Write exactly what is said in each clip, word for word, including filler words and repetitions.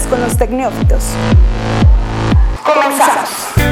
Tecnologías con los Tecnófitos. Comenzamos.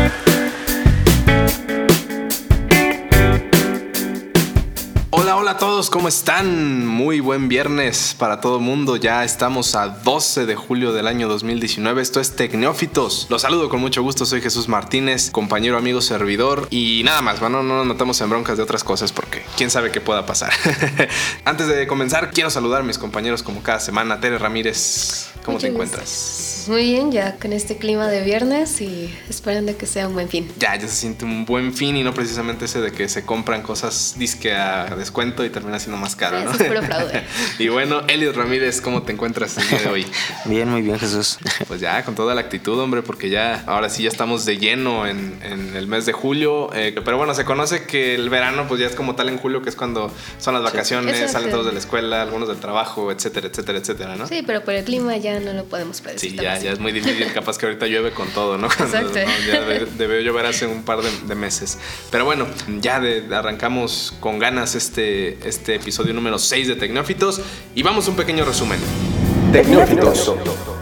Hola, hola a todos, ¿cómo están? Muy buen viernes para todo el mundo. Ya estamos a doce de julio del año dos mil diecinueve. Esto es Tecnófitos. Los saludo con mucho gusto, soy Jesús Martínez, compañero, amigo, servidor. Y nada más, bueno, no nos metamos en broncas de otras cosas porque quién sabe qué pueda pasar. Antes de comenzar, quiero saludar a mis compañeros como cada semana. Tere Ramírez, ¿cómo Muchas te encuentras? Gracias. Muy bien, ya con este clima de viernes y esperando que sea un buen fin. Ya, ya se siente un buen fin y no precisamente ese de que se compran cosas disque a descuento y termina siendo más caro, sí, ¿no? Eso es puro fraude. Y bueno, Eliot Ramírez, ¿cómo te encuentras el día de hoy? Bien, muy bien, Jesús. Pues ya, con toda la actitud, hombre, porque ya, ahora sí ya estamos de lleno en, en el mes de julio. Eh, pero bueno, se conoce que el verano, pues ya es como tal en julio, que es cuando son las vacaciones, sí, salen todos de la escuela, algunos del trabajo, etcétera, etcétera, etcétera, ¿no? Sí, pero por el clima ya no lo podemos predecir. Sí, ya, ya es muy difícil, capaz que ahorita llueve con todo, ¿no? Cuando, Exacto. ¿no? Ya debe, debió llover hace un par de, de meses. Pero bueno, ya de, arrancamos con ganas este, este episodio número seis de Tecnófitos y vamos a un pequeño resumen. Tecnófitos.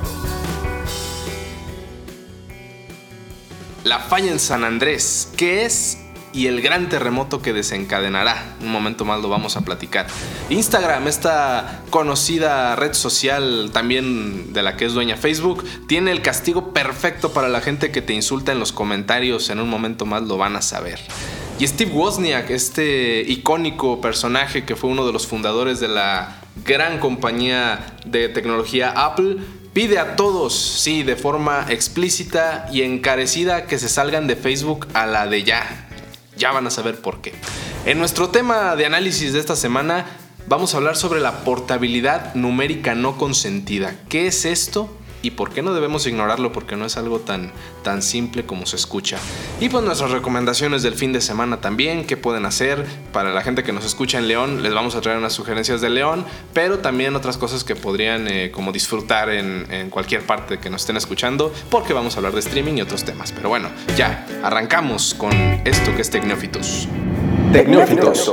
La falla en San Andrés, ¿qué es? Y el gran terremoto que desencadenará. Un momento más lo vamos a platicar. Instagram, esta conocida red social también de la que es dueña Facebook, tiene el castigo perfecto para la gente que te insulta en los comentarios. En un momento más lo van a saber. Y Steve Wozniak, este icónico personaje que fue uno de los fundadores de la gran compañía de tecnología Apple, pide a todos, sí, de forma explícita y encarecida, que se salgan de Facebook a la de ya. Ya van a saber por qué. En nuestro tema de análisis de esta semana vamos a hablar sobre la portabilidad numérica no consentida. ¿Qué es esto? ¿Y por qué no debemos ignorarlo? Porque no es algo tan, tan simple como se escucha. Y pues nuestras recomendaciones del fin de semana también. ¿Qué pueden hacer? Para la gente que nos escucha en León, les vamos a traer unas sugerencias de León, pero también otras cosas que podrían eh, como disfrutar en, en cualquier parte que nos estén escuchando, porque vamos a hablar de streaming y otros temas. Pero bueno, ya, arrancamos con esto que es Tecnófitos. Tecnófitos.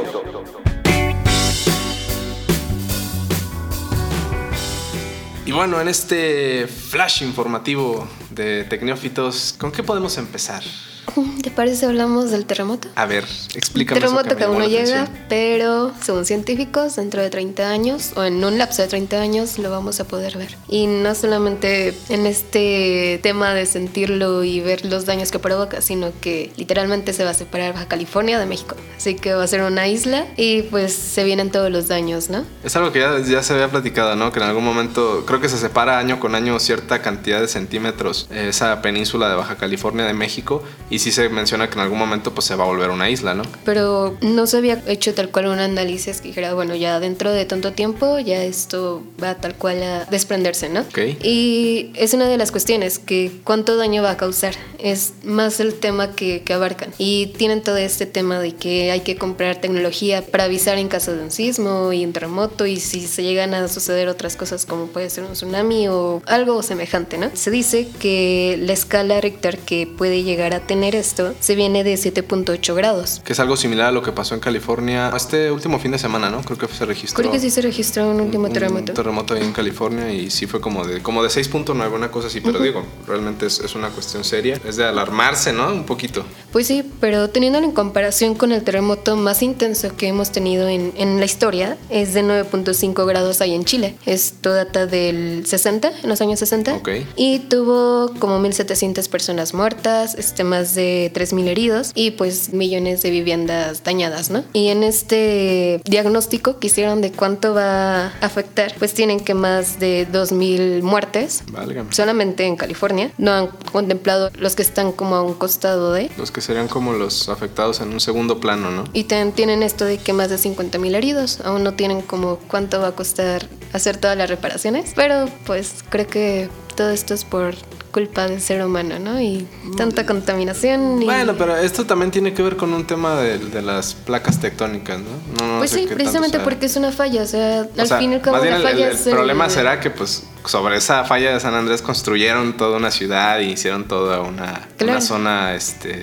Y bueno, en este flash informativo de Tecnófitos, ¿con qué podemos empezar? ¿Te parece si hablamos del terremoto? A ver, explícame. Terremoto eso que, que aún no llega, pero según científicos, dentro de treinta años o en un lapso de treinta años lo vamos a poder ver. Y no solamente en este tema de sentirlo y ver los daños que provoca, sino que literalmente se va a separar Baja California de México. Así que va a ser una isla y pues se vienen todos los daños, ¿no? Es algo que ya, ya se había platicado, ¿no? Que en algún momento, creo que se separa año con año cierta cantidad de centímetros esa península de Baja California de México, y sí se menciona que en algún momento pues se va a volver una isla, ¿no? Pero no se había hecho tal cual un análisis que dijera, bueno, ya dentro de tanto tiempo ya esto va tal cual a desprenderse, ¿no? Okay. Y es una de las cuestiones, que cuánto daño va a causar. Es más el tema que, que abarcan. Y tienen todo este tema de que hay que comprar tecnología para avisar en caso de un sismo y un terremoto, y si se llegan a suceder otras cosas como puede ser un tsunami o algo semejante, ¿no? Se dice que la escala Richter que puede llegar a tener esto se viene de siete punto ocho grados. Que es algo similar a lo que pasó en California este último fin de semana, ¿no? Creo que se registró. Creo que sí se registró un último un, terremoto. Un terremoto ahí en California y sí fue como de como de seis punto nueve, una cosa así, pero uh-huh. digo, realmente es, es una cuestión seria. Es de alarmarse, ¿no? Un poquito. Pues sí, pero teniéndolo en comparación con el terremoto más intenso que hemos tenido en, en la historia, es de nueve punto cinco grados ahí en Chile. Esto data del sesenta, en los años sesenta. Ok. Y tuvo como mil setecientas personas muertas, este, más de tres mil heridos y pues millones de viviendas dañadas, ¿no? Y en este diagnóstico que hicieron de cuánto va a afectar, pues tienen que más de dos mil muertes. Válgame. Solamente en California. No han contemplado los que están como a un costado de... Los que serían como los afectados en un segundo plano, ¿no? Y ten, tienen esto de que más de cincuenta mil heridos. Aún no tienen como cuánto va a costar hacer todas las reparaciones. Pero pues creo que todo esto es por culpa del ser humano, ¿no? Y tanta contaminación. Y... Bueno, pero esto también tiene que ver con un tema de, de las placas tectónicas, ¿no? no, no pues sé sí, precisamente porque es una falla. O sea, o al sea, fin y al cabo la falla el, el, es el problema será que pues sobre esa falla de San Andrés construyeron toda una ciudad y hicieron toda una, claro. una zona este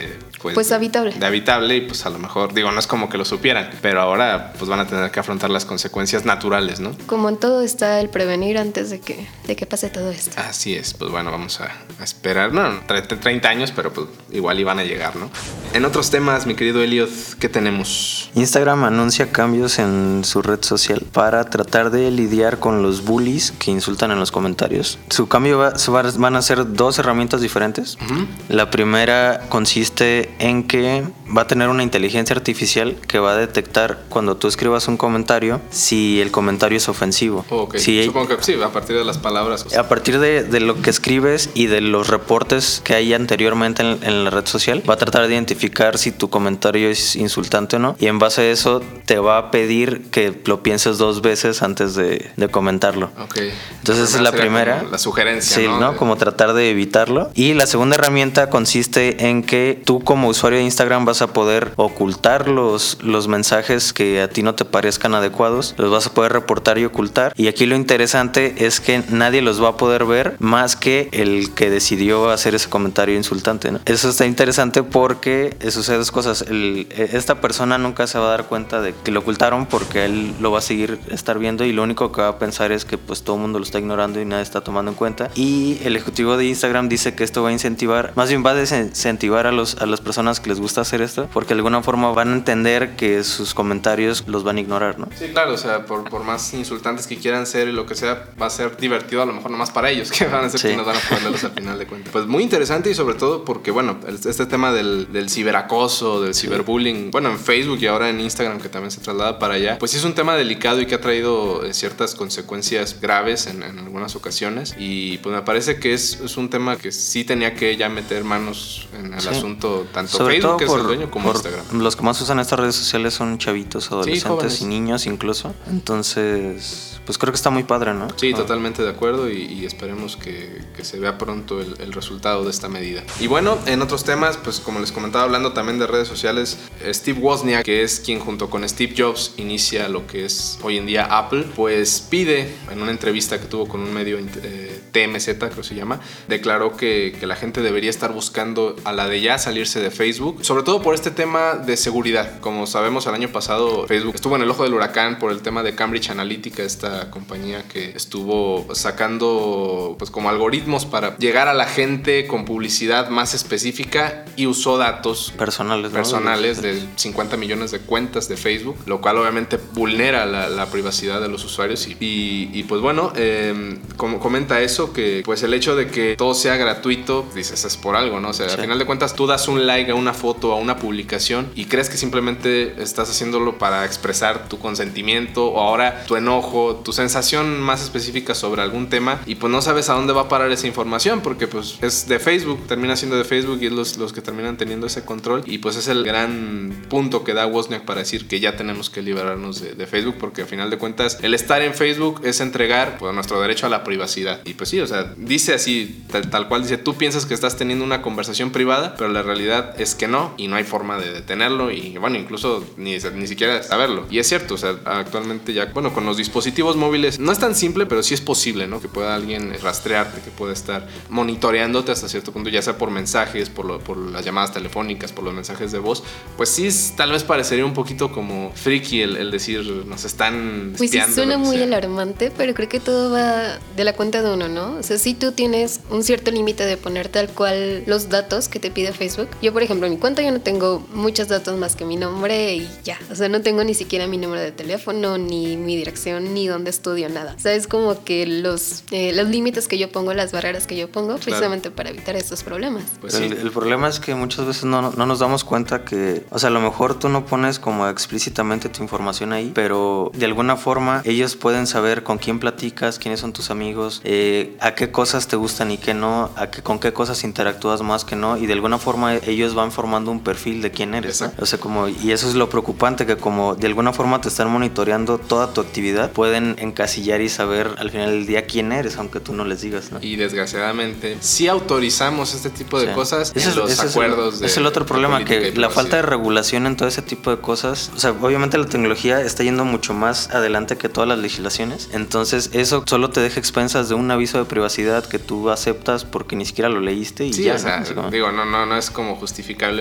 pues, pues habitable. De, de habitable y pues a lo mejor, digo, no es como que lo supieran, pero ahora pues van a tener que afrontar las consecuencias naturales, ¿no? Como en todo está el prevenir antes de que, de que pase todo esto. Así es, pues bueno, vamos a, a esperar, no, treinta años, pero pues igual iban a llegar, ¿no? En otros temas, mi querido Elliot, ¿qué tenemos? Instagram anuncia cambios en su red social para tratar de lidiar con los bullies que insultan en los comentarios. Su cambio va, van a ser dos herramientas diferentes. Uh-huh. La primera consiste en que va a tener una inteligencia artificial que va a detectar cuando tú escribas un comentario si el comentario es ofensivo. Oh, okay. Si Supongo que sí, a partir de las palabras. O sea. A partir de, de lo que escribes y de los reportes que hay anteriormente en, en la red social, va a tratar de identificar si tu comentario es insultante o no, y en base a eso te va a pedir que lo pienses dos veces antes de, de comentarlo. Okay. Entonces esa es la primera. La sugerencia, sí, ¿no? ¿no? De... Como tratar de evitarlo. Y la segunda herramienta consiste en que tú como usuario de Instagram vas a poder ocultar los, los mensajes que a ti no te parezcan adecuados, los vas a poder reportar y ocultar. Y aquí lo interesante es que nadie los va a poder ver más que el que decidió hacer ese comentario insultante, ¿no? Eso está interesante porque sucede dos cosas. El, esta persona nunca se va a dar cuenta de que lo ocultaron porque él lo va a seguir estar viendo y lo único que va a pensar es que pues todo el mundo lo está ignorando y nadie está tomando en cuenta. Y el ejecutivo de Instagram dice que esto va a incentivar, más bien va a desincentivar a, los, a las personas que les gusta hacer esto, porque de alguna forma van a entender que sus comentarios los van a ignorar, ¿no? Sí, claro, o sea, por, por más insultantes que quieran ser y lo que sea, va a ser divertido a lo mejor nomás para ellos, que van a ser sí. quienes van a ponerlos al final de cuentas. Pues muy interesante y sobre todo porque, bueno, este tema del, del ciberacoso, del sí. ciberbullying, bueno, en Facebook y ahora en Instagram, que también se traslada para allá, pues sí es un tema delicado y que ha traído ciertas consecuencias graves en, en algunas ocasiones, y pues me parece que es, es un tema que sí tenía que ya meter manos en el sí. asunto, tanto sobre Facebook, que por, es el dueño, como por Instagram. Los que más usan estas redes sociales son chavitos, adolescentes sí, y niños incluso, entonces pues creo que está muy padre, ¿no? Sí, ah. totalmente de acuerdo, y, y esperemos que, que se vea pronto el, el resultado de esta medida. Y bueno, en otros temas, pues como les comentaba, hablando también de redes sociales, Steve Wozniak, que es quien junto con Steve Jobs inicia lo que es hoy en día Apple, pues pide, en una entrevista que tuvo con un medio eh, T M Z, creo que se llama, declaró que, que la gente debería estar buscando a la de ya salirse de Facebook, sobre todo por este tema de seguridad. Como sabemos, el año pasado Facebook estuvo en el ojo del huracán por el tema de Cambridge Analytica, esta compañía que estuvo sacando pues como algoritmos para llegar a la gente con publicidad más específica, y usó datos personales, ¿no? personales de cincuenta millones de cuentas de Facebook, lo cual obviamente vulnera la, la privacidad de los usuarios, y, y, y pues bueno, eh, como comenta eso, que pues el hecho de que todo sea gratuito, dices, es por algo, ¿no? O sea, sí. al final de cuentas tú das un like a una foto, a una publicación, y crees que simplemente estás haciéndolo para expresar tu consentimiento o ahora tu enojo, tu sensación más específica sobre algún tema, y pues no sabes a dónde va a parar esa información, porque pues es de Facebook, termina siendo de Facebook, y es los, los que terminan teniendo ese control, y pues es el gran punto que da Wozniak para decir que ya tenemos que liberarnos de, de Facebook, porque al final de cuentas el estar en Facebook es entregar pues nuestro derecho a la privacidad. Y pues sí, o sea, dice así, tal, tal cual dice, tú piensas que estás teniendo una conversación privada, pero la realidad es que no, y no hay forma de detenerlo, y bueno, incluso ni, ni siquiera saberlo. Y es cierto, o sea, actualmente ya, bueno, con los dispositivos móviles no es tan simple, pero sí es posible, ¿no? Que pueda alguien rastrearte, que pueda estar monitoreándote hasta cierto punto, ya sea por mensajes, por, lo, por las llamadas telefónicas, por los mensajes de voz. Pues sí, tal vez parecería un poquito como freaky el, el decir, nos están espiando. Pues sí, suena muy alarmante, pero creo que todo va de la cuenta de uno, ¿no? O sea, si tú tienes un cierto límite de poner tal cual los datos que te pide Facebook. Yo, por ejemplo, en mi cuenta yo no tengo muchos datos más que mi nombre y ya. O sea, no tengo ni siquiera mi número de teléfono, ni mi dirección, ni dónde estudio, nada. O sea, es como que los, eh, los límites que yo pongo, las barreras que yo pongo, precisamente claro. para evitar estos problemas. Pues sí. el, el problema es que muchas veces no, no nos damos cuenta que, o sea, a lo mejor tú no pones como explícitamente tu información ahí, pero de alguna forma ellos pueden saber con quién platicas, quiénes son tus amigos, eh, a qué cosas te gustan y qué no, a qué, con qué cosas interactúas más que no, y de alguna forma ellos van formando un perfil de quién eres, ¿no? O sea, como, y eso es lo preocupante, que como de alguna forma te están monitoreando toda tu actividad, pueden encasillar y saber al final del día quién eres, aunque tú no les digas, ¿no? Y desgraciadamente sí autorizamos este tipo de sí. cosas ese en los ese acuerdos es el, de, es el otro problema, que la falta de regulación en todo ese tipo de cosas. O sea, obviamente la tecnología está yendo mucho más adelante que todas las legislaciones, entonces eso solo te deja expensas de un aviso de privacidad que tú aceptas porque ni siquiera lo leíste y sí, ya, o sea, ¿no? Como... digo, no, no, no es como justificable, pero pues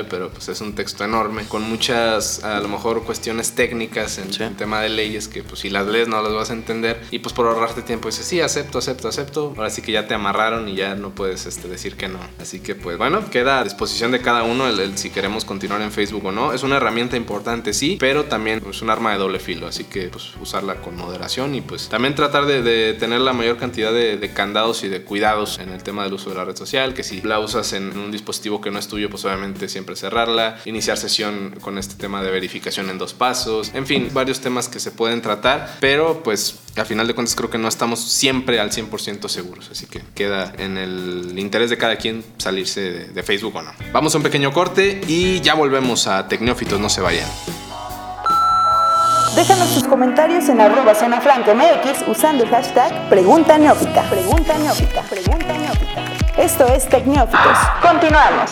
pues es un texto enorme con muchas, a lo mejor, cuestiones técnicas en, sí. en tema de leyes que pues si las lees no las vas a entender y pues por ahorrarte tiempo dices, sí, acepto, acepto, acepto. Ahora sí que ya te amarraron y ya no puedes este, decir que no. Así que pues bueno, queda a disposición de cada uno el, el si queremos continuar en Facebook o no. Es una herramienta importante, sí, pero también es un arma de doble filo, así que pues usarla con moderación y pues también tratar de, de tener la mayor cantidad de, de candados y de cuidados en el tema del uso de la red social, que si la usas en un dispositivo que no es tuyo, pues obviamente siempre cerrarla, iniciar sesión con este tema de verificación en dos pasos, en fin, varios temas que se pueden tratar, pero pues a final de cuentas creo que no estamos siempre al cien por ciento seguros, así que queda en el interés de cada quien salirse de, de Facebook o no. Vamos a un pequeño corte y ya volvemos a Tecnófitos, no se vayan. Déjanos tus comentarios en arroba zona franca M X usando el hashtag Pregunta Neófita. Pregunta Neófita. Pregunta Neófita. Esto es Tecnófitos. Continuamos.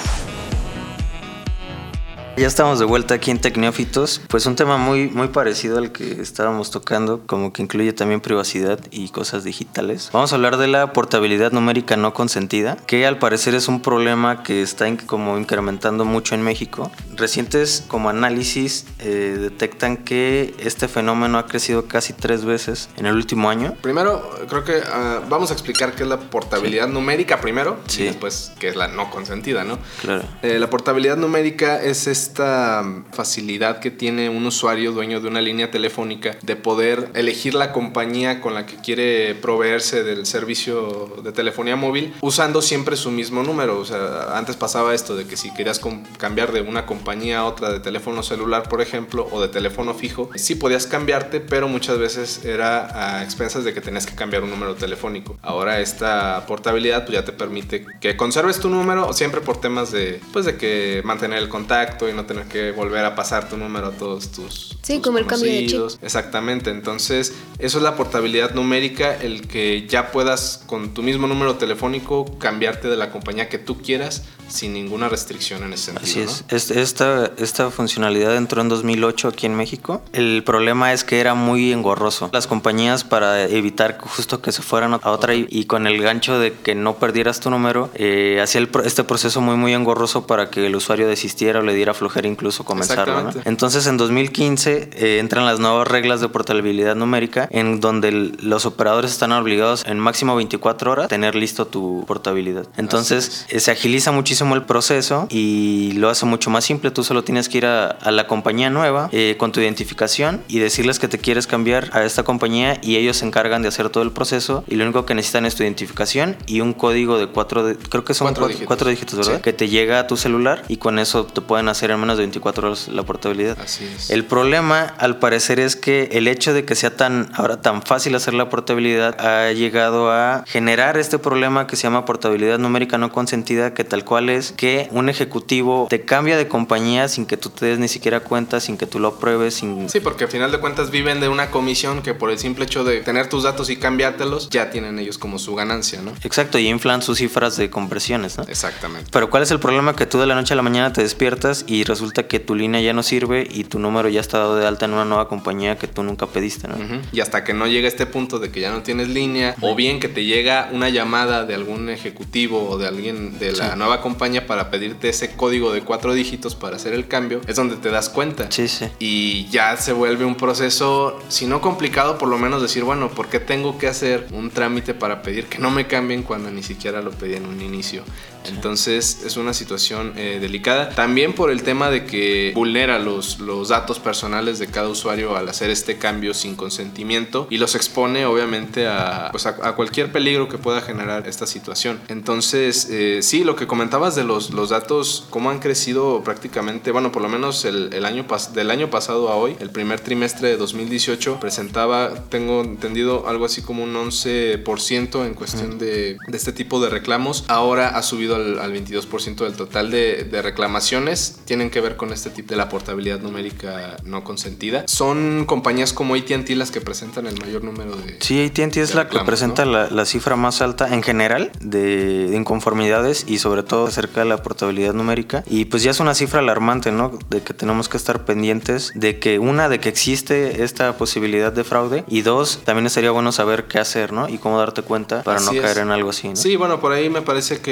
Ya estamos de vuelta aquí en Tecnófitos, pues un tema muy, muy parecido al que estábamos tocando, como que incluye también privacidad y cosas digitales. Vamos a hablar de la portabilidad numérica no consentida, que al parecer es un problema que está in- como incrementando mucho en México. Recientes como análisis eh, detectan que este fenómeno ha crecido casi tres veces en el último año. Primero, creo que uh, vamos a explicar qué es la portabilidad sí. numérica primero, sí. y después qué es la no consentida, ¿no? Claro. Eh, la portabilidad numérica es esta facilidad que tiene un usuario dueño de una línea telefónica de poder elegir la compañía con la que quiere proveerse del servicio de telefonía móvil usando siempre su mismo número. O sea, antes pasaba esto de que si querías com- cambiar de una compañía a otra de teléfono celular, por ejemplo, o de teléfono fijo, sí podías cambiarte, pero muchas veces era a expensas de que tenías que cambiar un número telefónico. Ahora esta portabilidad pues ya te permite que conserves tu número siempre por temas de, pues, de que mantener el contacto y no tener que volver a pasar tu número a todos tus Sí, tus como el cambio de chip. Exactamente, entonces eso es la portabilidad numérica, el que ya puedas con tu mismo número telefónico cambiarte de la compañía que tú quieras sin ninguna restricción en ese sentido. Así es. ¿no? Este, esta, esta funcionalidad entró en dos mil ocho aquí en México. El problema es que era muy engorroso. Las compañías, para evitar justo que se fueran a otra y, y con el gancho de que no perdieras tu número, eh, hacía el, este proceso muy muy engorroso para que el usuario desistiera o le diera flojera incluso comenzarlo, ¿no? Entonces en dos mil quince eh, entran las nuevas reglas de portabilidad numérica en donde el, los operadores están obligados en máximo veinticuatro horas a tener listo tu portabilidad. Entonces eh, se agiliza muchísimo el proceso y lo hace mucho más simple. Tú solo tienes que ir a, a la compañía nueva eh, con tu identificación y decirles que te quieres cambiar a esta compañía y ellos se encargan de hacer todo el proceso y lo único que necesitan es tu identificación y un código de cuatro, de, creo que son cuatro, cuatro, dígitos. cuatro dígitos, ¿verdad? Sí. Que te llega a tu celular y con eso te pueden hacer en menos de veinticuatro horas la portabilidad. Así es. El problema, al parecer, es que el hecho de que sea tan ahora tan fácil hacer la portabilidad ha llegado a generar este problema que se llama portabilidad numérica no consentida, que tal cual es que un ejecutivo te cambia de compañía sin que tú te des ni siquiera cuenta, sin que tú lo apruebes, sin... Sí, porque al final de cuentas viven de una comisión que por el simple hecho de tener tus datos y cambiártelos, ya tienen ellos como su ganancia, ¿no? Exacto, y inflan sus cifras de conversiones, ¿no? Exactamente. Pero ¿cuál es el problema? Que tú de la noche a la mañana te despiertas y resulta que tu línea ya no sirve y tu número ya está dado de alta en una nueva compañía que tú nunca pediste, ¿no? Uh-huh. Y hasta que no llega este punto de que ya no tienes línea, uh-huh. o bien que te llega una llamada de algún ejecutivo o de alguien de la sí. nueva compañía para pedirte ese código de cuatro dígitos para hacer el cambio, es donde te das cuenta. Sí, sí. Y ya se vuelve un proceso, si no complicado, por lo menos decir, bueno, ¿por qué tengo que hacer un trámite para pedir que no me cambien cuando ni siquiera lo pedí en un inicio? Entonces es una situación eh, delicada. También por el tema de que vulnera los, los datos personales de cada usuario al hacer este cambio sin consentimiento y los expone obviamente a, pues a, a cualquier peligro que pueda generar esta situación. Entonces eh, sí, lo que comentabas de los, los datos, cómo han crecido prácticamente, bueno, por lo menos el, el año pas- del año pasado a hoy, el primer trimestre de dos mil dieciocho presentaba, tengo entendido, algo así como un once por ciento en cuestión de, de este tipo de reclamos. Ahora ha subido Al, al veintidós por ciento del total de, de reclamaciones tienen que ver con este tipo de la portabilidad numérica no consentida. Son compañías como A T and T las que presentan el mayor número de Sí, A T and T es la que presenta, ¿no?, la, la cifra más alta en general de, de inconformidades y sobre todo acerca de la portabilidad numérica. Y pues ya es una cifra alarmante, ¿no? De que tenemos que estar pendientes de que, una, de que existe esta posibilidad de fraude y dos, también estaría bueno saber qué hacer, ¿no? Y cómo darte cuenta para así no es. caer en algo así, ¿no? Sí, bueno, por ahí me parece que el, el Instituto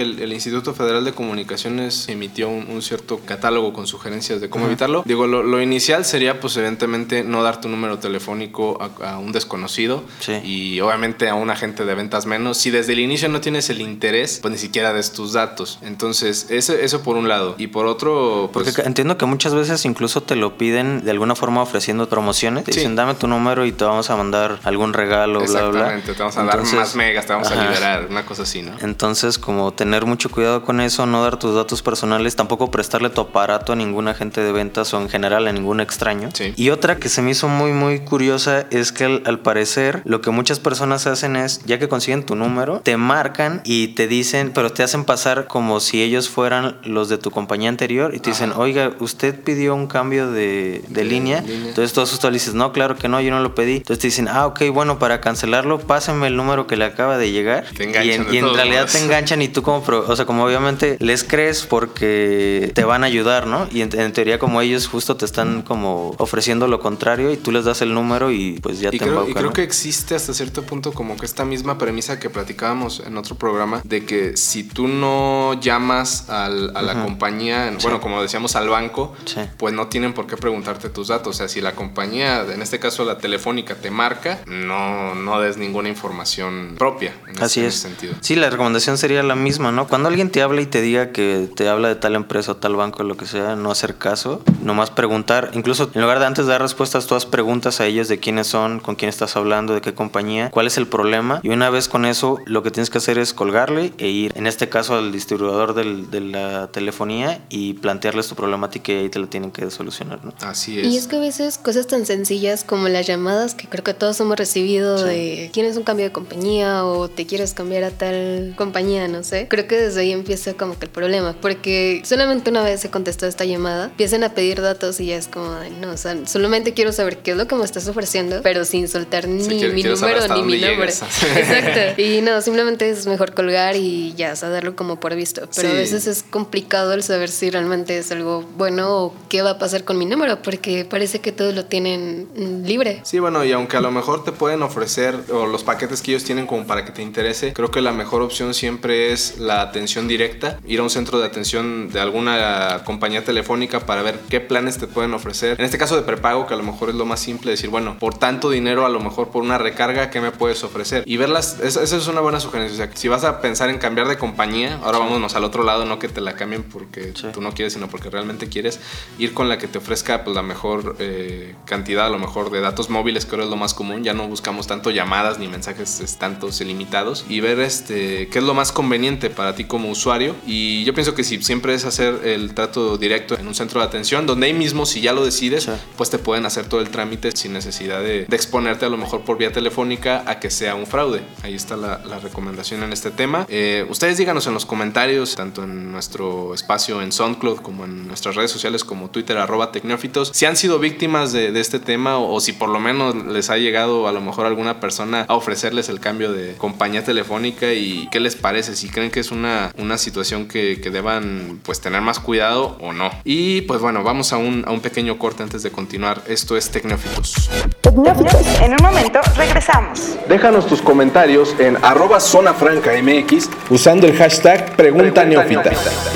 Instituto Federal de Comunicaciones emitió un, un cierto catálogo con sugerencias de cómo uh-huh. evitarlo. Digo, lo, lo inicial sería, pues, evidentemente, no dar tu número telefónico a, a un desconocido sí. y, obviamente, a un agente de ventas menos. Si desde el inicio no tienes el interés, pues, ni siquiera des tus datos. Entonces, eso, eso por un lado. Y por otro, pues... Porque entiendo que muchas veces incluso te lo piden de alguna forma ofreciendo promociones. Te sí. dicen, dame tu número y te vamos a mandar algún regalo, bla, bla, bla. Exactamente, te vamos a Entonces, dar más megas, te vamos ajá. a liberar, una cosa así, ¿no? Entonces, como tener mucho cuidado con eso, no dar tus datos personales, tampoco prestarle tu aparato a ningún agente de ventas o en general a ningún extraño. Sí. Y otra que se me hizo muy, muy curiosa es que al, al parecer lo que muchas personas hacen es, ya que consiguen tu número, te marcan y te dicen, pero te hacen pasar como si ellos fueran los de tu compañía anterior y te ajá. dicen, oiga, usted pidió un cambio de, de, de línea. línea. Entonces tú asustado le dices, no, claro que no, yo no lo pedí. Entonces te dicen, ah, ok, bueno, para cancelarlo, pásenme el número que le acaba de llegar. Te enganchan y en, y en realidad más. te enganchan y tú como, o sea, como obviamente les crees porque te van a ayudar, ¿no? Y en, en teoría como ellos justo te están como ofreciendo lo contrario y tú les das el número y pues ya y te creo, embaucan. Y creo ¿no? que existe hasta cierto punto como que esta misma premisa que platicábamos en otro programa de que si tú no llamas al, a la uh-huh. compañía, bueno, sí. como decíamos al banco, sí. pues no tienen por qué preguntarte tus datos. O sea, si la compañía, en este caso la telefónica, te marca, no, no des ninguna información propia en Así ese, es. en ese sentido. Sí, la recomendación sería la misma, ¿no? Cuando alguien te habla y te diga que te habla de tal empresa o tal banco, lo que sea, no hacer caso, nomás preguntar. Incluso en lugar de antes de dar respuestas, tú haz preguntas a ellos de quiénes son, con quién estás hablando, de qué compañía, cuál es el problema. Y una vez con eso, lo que tienes que hacer es colgarle e ir, en este caso, al distribuidor del, de la telefonía y plantearles tu problemática y ahí te la tienen que solucionar, ¿no? Así es. Y es que a veces cosas tan sencillas como las llamadas, que creo que todos hemos recibido sí. de ¿quieres un cambio de compañía o te quieres cambiar a tal compañía? No sé. Creo que desde ahí empieza como que el problema, porque solamente una vez se contestó esta llamada, empiezan a pedir datos y ya es como, de, no, o sea, solamente quiero saber qué es lo que me estás ofreciendo, pero sin soltar ni sí, quiero, mi quiero número ni mi nombre. Exacto. Y no, simplemente es mejor colgar y ya, o sea, darlo como por visto. Pero sí. a veces es complicado el saber si realmente es algo bueno o qué va a pasar con mi número, porque parece que todos lo tienen libre. Sí, bueno, y aunque a lo mejor te pueden ofrecer o los paquetes que ellos tienen como para que te interese, creo que la mejor opción siempre es la atención directa, ir a un centro de atención de alguna compañía telefónica para ver qué planes te pueden ofrecer. En este caso de prepago, que a lo mejor es lo más simple, decir, bueno, por tanto dinero, a lo mejor por una recarga, ¿qué me puedes ofrecer? Y verlas, esa, esa es una buena sugerencia. O sea, si vas a pensar en cambiar de compañía, ahora sí. vámonos al otro lado, no que te la cambien porque sí. tú no quieres, sino porque realmente quieres, ir con la que te ofrezca pues, la mejor eh, cantidad, a lo mejor de datos móviles, que ahora es lo más común. Ya no buscamos tanto llamadas ni mensajes es, tantos ilimitados, y ver este qué es lo más conveniente para ti como usuario. Y yo pienso que si siempre es hacer el trato directo en un centro de atención, donde ahí mismo, si ya lo decides, sí. pues te pueden hacer todo el trámite sin necesidad de, de exponerte a lo mejor por vía telefónica a que sea un fraude. Ahí está la, la recomendación en este tema. Eh, ustedes díganos en los comentarios, tanto en nuestro espacio en SoundCloud como en nuestras redes sociales como Twitter, arroba Tecnófitos, si han sido víctimas de, de este tema o, o si por lo menos les ha llegado a lo mejor alguna persona a ofrecerles el cambio de compañía telefónica y qué les parece, si creen que es una, una situación que, que deban pues tener más cuidado o no. Y pues bueno, vamos a un, a un pequeño corte antes de continuar. Esto es Tecnófitos. Tecnófitos, en un momento regresamos. Déjanos tus comentarios en arroba Zona Franca M X usando el hashtag Pregunta Neófita.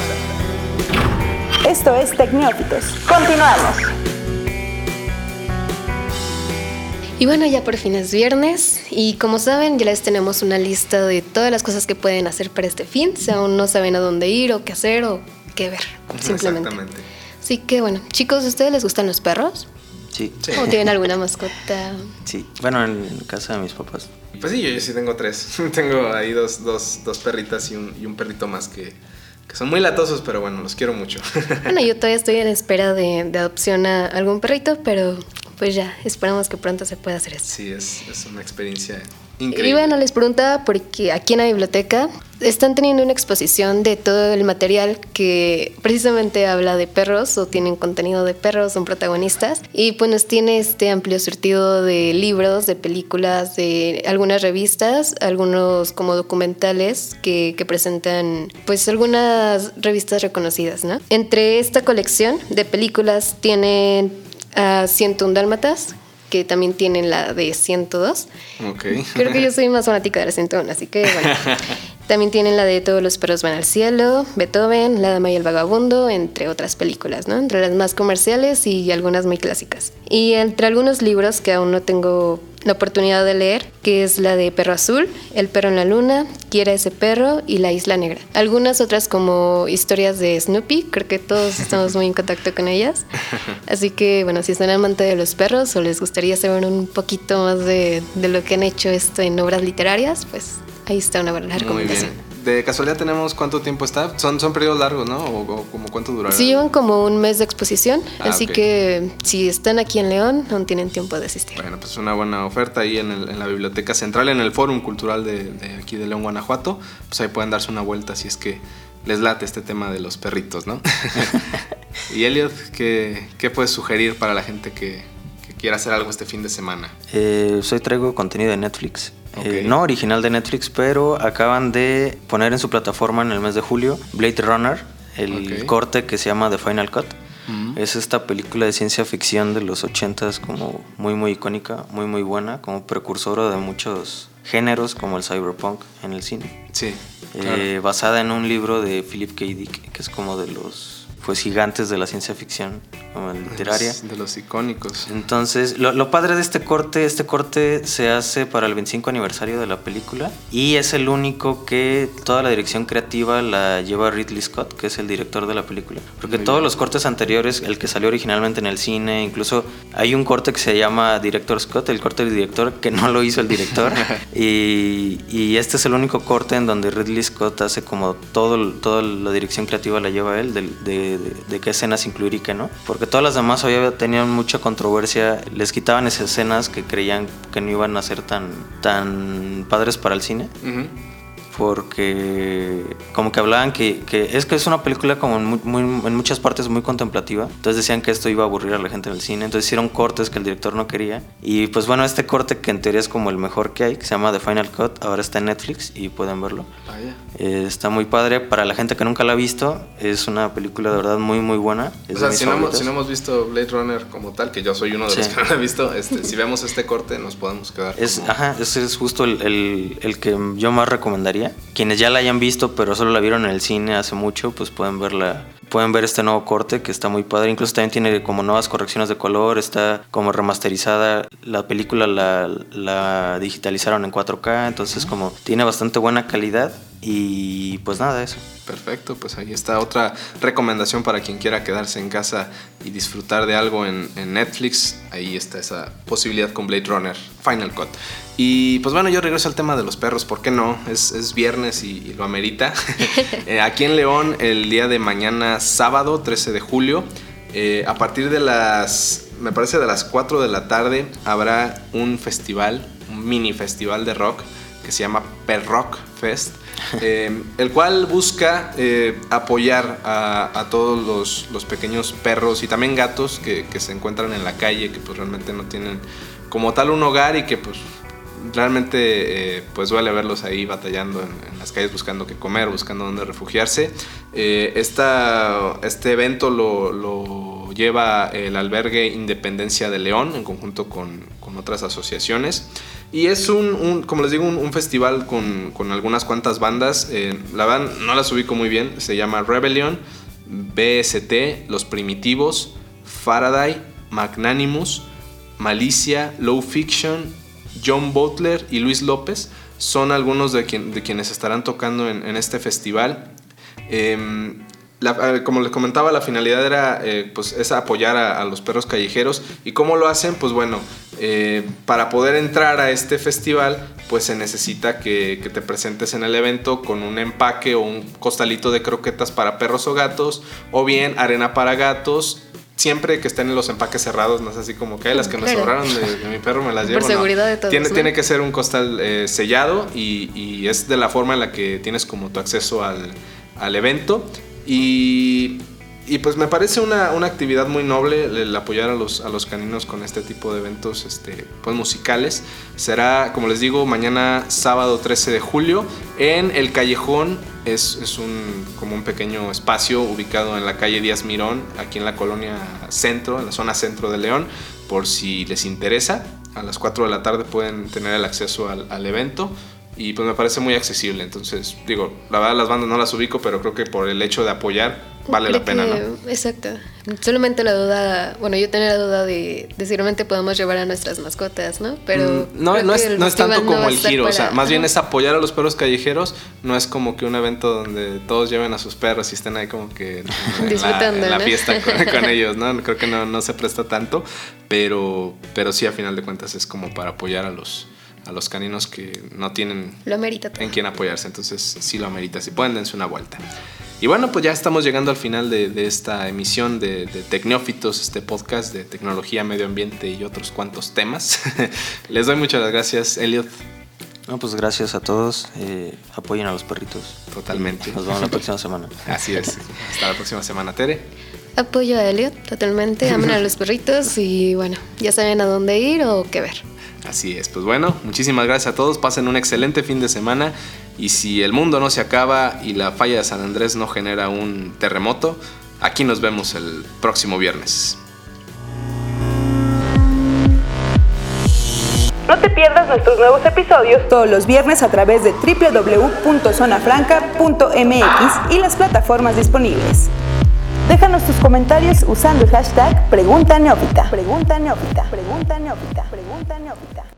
Esto es Tecnófitos. Continuamos. Y bueno, ya por fin es viernes y como saben ya les tenemos una lista de todas las cosas que pueden hacer para este fin, si aún no saben a dónde ir o qué hacer o qué ver, simplemente. Exactamente. Así que bueno, chicos, ¿a ustedes les gustan los perros? Sí. sí. ¿O tienen alguna mascota? Sí, bueno, en casa de mis papás. Pues sí, yo, yo sí tengo tres. Tengo ahí dos, dos, dos perritas y un, y un perrito más que, que son muy latosos, pero bueno, los quiero mucho. Bueno, yo todavía estoy en espera de, de adopción a algún perrito, pero pues ya, esperamos que pronto se pueda hacer esto. Sí, es, es una experiencia increíble. Y bueno, les preguntaba porque aquí en la biblioteca están teniendo una exposición de todo el material que precisamente habla de perros o tienen contenido de perros, son protagonistas. Y pues nos tiene este amplio surtido de libros, de películas, de algunas revistas, algunos como documentales que, que presentan pues algunas revistas reconocidas, ¿no? Entre esta colección de películas tienen a ciento uno Dálmatas, que también tienen la de ciento dos. Okay. Creo que yo soy más fanática de la ciento uno, así que bueno. También tienen la de Todos los perros van al cielo, Beethoven, La dama y el vagabundo, entre otras películas, ¿no? Entre las más comerciales y algunas muy clásicas. Y entre algunos libros que aún no tengo la oportunidad de leer, que es la de Perro Azul, El perro en la luna, Quiera ese perro y La isla negra. Algunas otras como historias de Snoopy, creo que todos estamos muy en contacto con ellas. Así que bueno, si son amantes de los perros o les gustaría saber un poquito más de, de lo que han hecho esto en obras literarias, pues ahí está una buena recomendación. Muy bien. De casualidad tenemos cuánto tiempo está. Son, son periodos largos, ¿no? O, o como cuánto durará. Sí, llevan como un mes de exposición, ah, así okay. que si están aquí en León, aún tienen tiempo de asistir. Bueno, pues una buena oferta ahí en, el, en la Biblioteca Central, en el Fórum Cultural de, de aquí de León, Guanajuato. Pues ahí pueden darse una vuelta si es que les late este tema de los perritos, ¿no? Y Elliot, ¿qué, qué puedes sugerir para la gente que, que quiera hacer algo este fin de semana? Eh, soy traigo contenido de Netflix. Okay. Eh, no original de Netflix, pero acaban de poner en su plataforma en el mes de julio Blade Runner, el okay. corte que se llama The Final Cut. Uh-huh. Es esta película de ciencia ficción de los ochentas, como muy muy icónica, muy muy buena, como precursora de muchos géneros como el cyberpunk en el cine. Sí, claro. eh, basada en un libro de Philip K. Dick, que es como de los pues gigantes de la ciencia ficción como literaria. De los, de los icónicos. Entonces, lo, lo padre de este corte, este corte se hace para el veinticinco aniversario de la película y es el único que toda la dirección creativa la lleva Ridley Scott, que es el director de la película. Porque Muy todos bien. Los cortes anteriores, el que salió originalmente en el cine, incluso hay un corte que se llama Director Scott, el corte del director, que no lo hizo el director. y, y este es el único corte en donde Ridley Scott hace como todo, toda la dirección creativa la lleva él, de, de De, de qué escenas incluir y qué no, porque todas las demás había tenían mucha controversia, les quitaban esas escenas que creían que no iban a ser tan, tan padres para el cine. Uh-huh. Porque como que hablaban que, que es que es una película como muy, muy, en muchas partes muy contemplativa, entonces decían que esto iba a aburrir a la gente en el cine, entonces hicieron cortes que el director no quería y pues bueno, este corte que en teoría es como el mejor que hay, que se llama The Final Cut, ahora está en Netflix y pueden verlo. Ah, yeah. eh, está muy padre, para la gente que nunca la ha visto es una película de verdad muy muy buena. Es o sea, si no, hemos, si no hemos visto Blade Runner como tal, que yo soy uno de sí. los que no la he visto, este, si vemos este corte nos podemos quedar es, como... Ajá, ese es justo el, el, el que yo más recomendaría. Quienes ya la hayan visto pero solo la vieron en el cine hace mucho, pues pueden verla, pueden ver este nuevo corte que está muy padre, incluso también tiene como nuevas correcciones de color, está como remasterizada, la película la, la digitalizaron en cuatro K, entonces como tiene bastante buena calidad y pues nada, eso. Perfecto, pues ahí está otra recomendación para quien quiera quedarse en casa y disfrutar de algo en, en Netflix. Ahí está esa posibilidad con Blade Runner Final Cut. Y pues bueno, yo regreso al tema de los perros, ¿por qué no? Es, es viernes y, y lo amerita. eh, aquí en León, el día de mañana, sábado trece de julio, eh, a partir de las, me parece de las cuatro de la tarde, habrá un festival, un mini festival de rock que se llama Perrock Fest. Eh, el cual busca eh, apoyar a, a todos los, los pequeños perros y también gatos que, que se encuentran en la calle, que pues realmente no tienen como tal un hogar y que pues realmente eh, pues duele verlos ahí batallando en, en las calles buscando qué comer, buscando dónde refugiarse. Eh, esta, este evento lo, lo lleva el albergue Independencia de León en conjunto con, con otras asociaciones. Y es un, un como les digo, un, un festival con, con algunas cuantas bandas. Eh, la verdad no las ubico muy bien. Se llama Rebellion, B S T, Los Primitivos, Faraday, Magnanimous, Malicia, Low Fiction, John Butler y Luis López. Son algunos de, quien, de quienes estarán tocando en, en este festival. Eh, La, como les comentaba, la finalidad era eh, pues, es apoyar a, a los perros callejeros. ¿Y cómo lo hacen? Pues bueno, eh, para poder entrar a este festival pues se necesita que, que te presentes en el evento con un empaque o un costalito de croquetas para perros o gatos, o bien arena para gatos, siempre que estén en los empaques cerrados. No es así como que las que me sobraron de, de mi perro me las llevo. Por seguridad no. de todos, tiene, ¿no? tiene que ser un costal eh, sellado y, y es de la forma en la que tienes como tu acceso al, al evento. Y, y pues me parece una, una actividad muy noble el, el apoyar a los, a los caninos con este tipo de eventos este, pues musicales. Será, como les digo, mañana sábado trece de julio en El Callejón. Es, es un, como un pequeño espacio ubicado en la calle Díaz Mirón, aquí en la colonia centro, en la zona centro de León, por si les interesa. A las cuatro de la tarde pueden tener el acceso al, al evento. y pues me parece muy accesible. Entonces, digo, la verdad las bandas no las ubico, pero creo que por el hecho de apoyar vale Creo la pena, que- ¿no? Exacto. Solamente la duda, bueno, yo tenía la duda de, de si realmente podemos llevar a nuestras mascotas, ¿no? Pero Mm, no, creo no que es, el no es tanto festival no como va a el estar giro, o para- sea, más bien Ajá. es apoyar a los perros callejeros, no es como que un evento donde todos lleven a sus perros y estén ahí como que en la, Disfrutando, en la ¿no? fiesta con, con ellos, ¿no? Creo que no, no se presta tanto, pero, pero sí, a final de cuentas es como para apoyar a los, a los caninos que no tienen Lo amerita todo. en quién apoyarse, entonces sí lo amerita, si pueden dense una vuelta. Y bueno, pues ya estamos llegando al final de, de esta emisión de, de Tecnófitos, este podcast de tecnología, medio ambiente y otros cuantos temas. Les doy muchas gracias, Elliot. No, pues gracias a todos. Eh, apoyen a los perritos. Totalmente. Nos vemos la próxima semana. Así es. Hasta la próxima semana, Tere. Apoyo a Elliot totalmente, amen a los perritos y bueno, ya saben a dónde ir o qué ver. Así es. Pues bueno, muchísimas gracias a todos. Pasen un excelente fin de semana. Y si el mundo no se acaba y la falla de San Andrés no genera un terremoto, aquí nos vemos el próximo viernes. No te pierdas nuestros nuevos episodios todos los viernes a través de doble u doble u doble u punto zona franca punto m x y las plataformas disponibles. Déjanos tus comentarios usando el hashtag Pregunta Neófita. Pregunta Neófita. Pregunta Neófita. Pregunta Neófita.